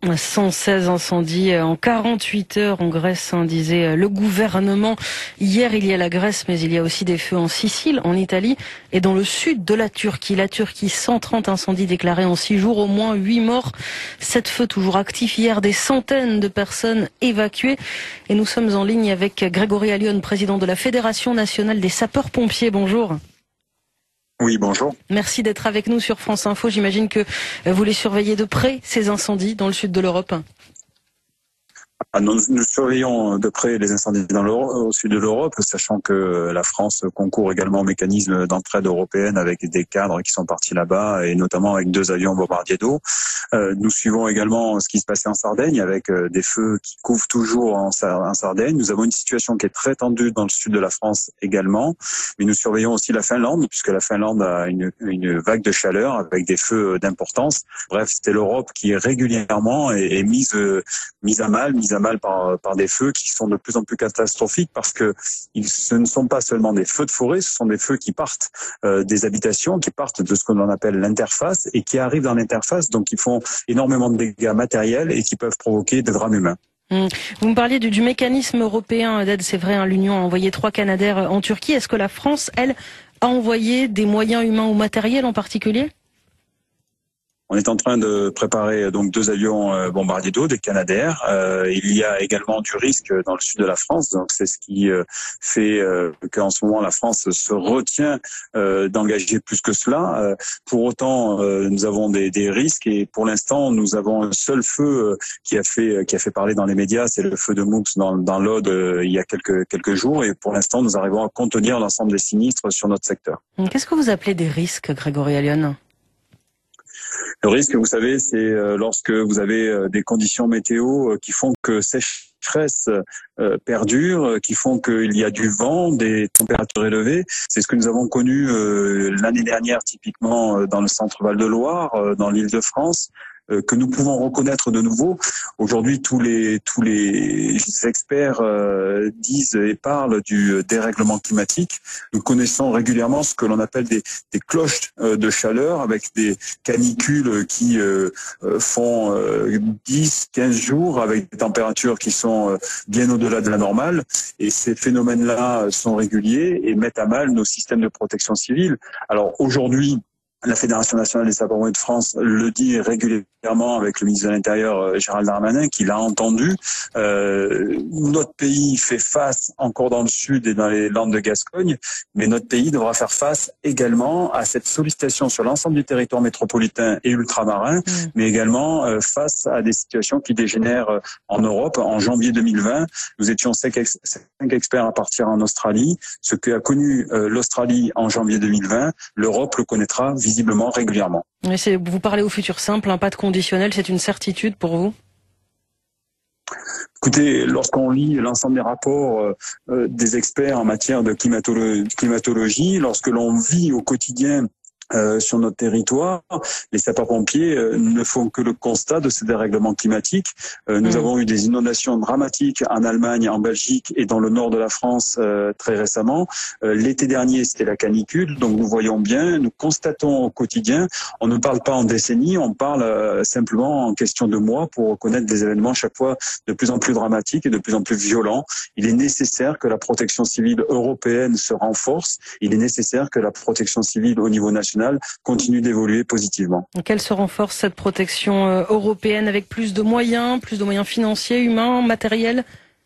116 incendies en 48 heures en Grèce, disait le gouvernement. Hier, il y a la Grèce, mais il y a aussi des feux en Sicile, en Italie et dans le sud de la Turquie. La Turquie, 130 incendies déclarés en 6 jours, au moins 8 morts. 7 feux toujours actifs. Hier, des centaines de personnes évacuées. Et nous sommes en ligne avec Grégory Allione, président de la Fédération nationale des sapeurs-pompiers. Bonjour. Oui, bonjour. Merci d'être avec nous sur France Info. J'imagine que vous les surveillez de près, ces incendies dans le sud de l'Europe. Nous surveillons de près les incendies au sud de l'Europe, sachant que la France concourt également au mécanisme d'entraide européenne avec des cadres qui sont partis là-bas, et notamment avec 2 avions bombardiers d'eau. Nous suivons également ce qui se passait en Sardaigne, avec des feux qui couvrent toujours en Sardaigne. Nous avons une situation qui est très tendue dans le sud de la France également, mais nous surveillons aussi la Finlande, puisque la Finlande a une vague de chaleur avec des feux d'importance. Bref, c'est l'Europe qui régulièrement est mise à mal par des feux qui sont de plus en plus catastrophiques, parce que ce ne sont pas seulement des feux de forêt, ce sont des feux qui partent des habitations, qui partent de ce que l'on appelle l'interface et qui arrivent dans l'interface, donc qui font énormément de dégâts matériels et qui peuvent provoquer des drames humains. Vous me parliez du mécanisme européen d'aide, c'est vrai, l'Union a envoyé 3 Canadair en Turquie. Est-ce que la France, elle, a envoyé des moyens humains ou matériels en particulier ? On est en train de préparer donc 2 avions bombardiers d'eau, des Canadair. Il y a également du risque dans le sud de la France, donc c'est ce qui fait qu'en ce moment la France se retient d'engager plus que cela. Pour autant, nous avons des risques, et pour l'instant, nous avons un seul feu qui a fait parler dans les médias, c'est le feu de Moux dans l'Aude il y a quelques jours, et pour l'instant, nous arrivons à contenir l'ensemble des sinistres sur notre secteur. Qu'est-ce que vous appelez des risques, Grégory Allione ? Le risque, vous savez, c'est lorsque vous avez des conditions météo qui font que sécheresse perdure, qui font qu'il y a du vent, des températures élevées. C'est ce que nous avons connu l'année dernière, typiquement dans le centre Val-de-Loire, dans l'Île-de-France, que nous pouvons reconnaître de nouveau. Aujourd'hui, tous les experts disent et parlent du dérèglement climatique. Nous connaissons régulièrement ce que l'on appelle des cloches de chaleur, avec des canicules qui font 10-15 jours, avec des températures qui sont bien au-delà de la normale. Et ces phénomènes-là sont réguliers et mettent à mal nos systèmes de protection civile. Alors aujourd'hui, la Fédération nationale des sapeurs-pompiers de France le dit régulièrement avec le ministre de l'Intérieur Gérald Darmanin, qui l'a entendu. Notre pays fait face encore dans le sud et dans les Landes de Gascogne, mais notre pays devra faire face également à cette sollicitation sur l'ensemble du territoire métropolitain et ultramarin, mais également face à des situations qui dégénèrent en Europe. En janvier 2020, nous étions 5 experts à partir en Australie. Ce que a connu l'Australie en janvier 2020, l'Europe le connaîtra visiblement régulièrement. Mais vous parlez au futur simple, pas de conditionnel, c'est une certitude pour vous ? Écoutez, lorsqu'on lit l'ensemble des rapports des experts en matière de climatologie, lorsque l'on vit au quotidien sur notre territoire, les sapeurs-pompiers ne font que le constat de ces dérèglements climatiques. Nous avons eu des inondations dramatiques en Allemagne, en Belgique et dans le nord de la France très récemment. L'été dernier, c'était la canicule, donc nous voyons bien, nous constatons au quotidien, on ne parle pas en décennies, on parle simplement en question de mois pour reconnaître des événements chaque fois de plus en plus dramatiques et de plus en plus violents. Il est nécessaire que la protection civile européenne se renforce, il est nécessaire que la protection civile au niveau national continue d'évoluer positivement. Quelle se renforce cette protection européenne avec plus de moyens financiers, humains, matériels ?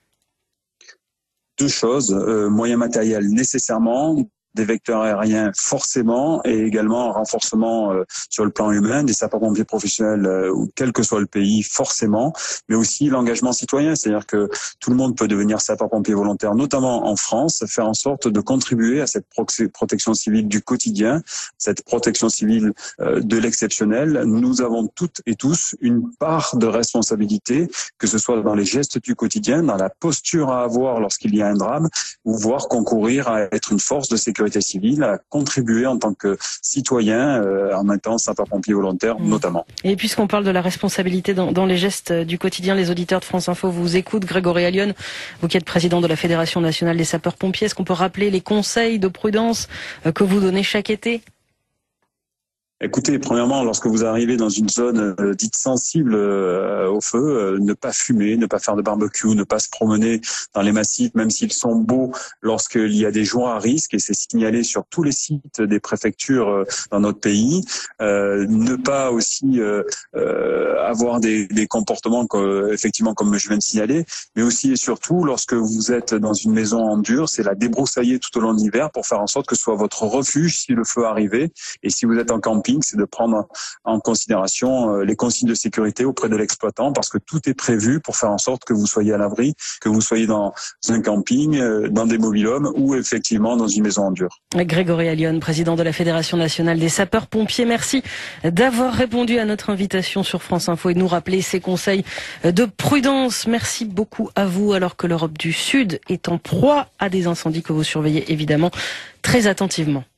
2 choses, moyens matériels nécessairement, des vecteurs aériens forcément, et également un renforcement sur le plan humain des sapeurs-pompiers professionnels, quel que soit le pays, forcément, mais aussi l'engagement citoyen, c'est-à-dire que tout le monde peut devenir sapeur-pompier volontaire, notamment en France, faire en sorte de contribuer à cette protection civile du quotidien, cette protection civile de l'exceptionnel. Nous avons toutes et tous une part de responsabilité, que ce soit dans les gestes du quotidien, dans la posture à avoir lorsqu'il y a un drame, ou voire concourir à être une force de sécurité civile, à contribuer en tant que citoyen, en étant sapeur-pompier volontaire notamment. Et puisqu'on parle de la responsabilité dans les gestes du quotidien, les auditeurs de France Info vous écoutent. Grégory Allione, vous qui êtes président de la Fédération nationale des sapeurs-pompiers, est-ce qu'on peut rappeler les conseils de prudence que vous donnez chaque été ? Écoutez, premièrement, lorsque vous arrivez dans une zone dite sensible au feu, ne pas fumer, ne pas faire de barbecue, ne pas se promener dans les massifs, même s'ils sont beaux, lorsqu'il y a des jours à risque, et c'est signalé sur tous les sites des préfectures dans notre pays. Ne pas aussi avoir des comportements effectivement comme je viens de signaler, mais aussi et surtout lorsque vous êtes dans une maison en dur, c'est la débroussailler tout au long de l'hiver pour faire en sorte que ce soit votre refuge si le feu arrivait. Et si vous êtes en camping, c'est de prendre en considération les consignes de sécurité auprès de l'exploitant, parce que tout est prévu pour faire en sorte que vous soyez à l'abri, que vous soyez dans un camping, dans des mobil-homes ou effectivement dans une maison en dur. Grégory Allione, président de la Fédération nationale des sapeurs-pompiers, merci d'avoir répondu à notre invitation sur France Info et de nous rappeler ces conseils de prudence. Merci beaucoup à vous, alors que l'Europe du Sud est en proie à des incendies que vous surveillez évidemment très attentivement.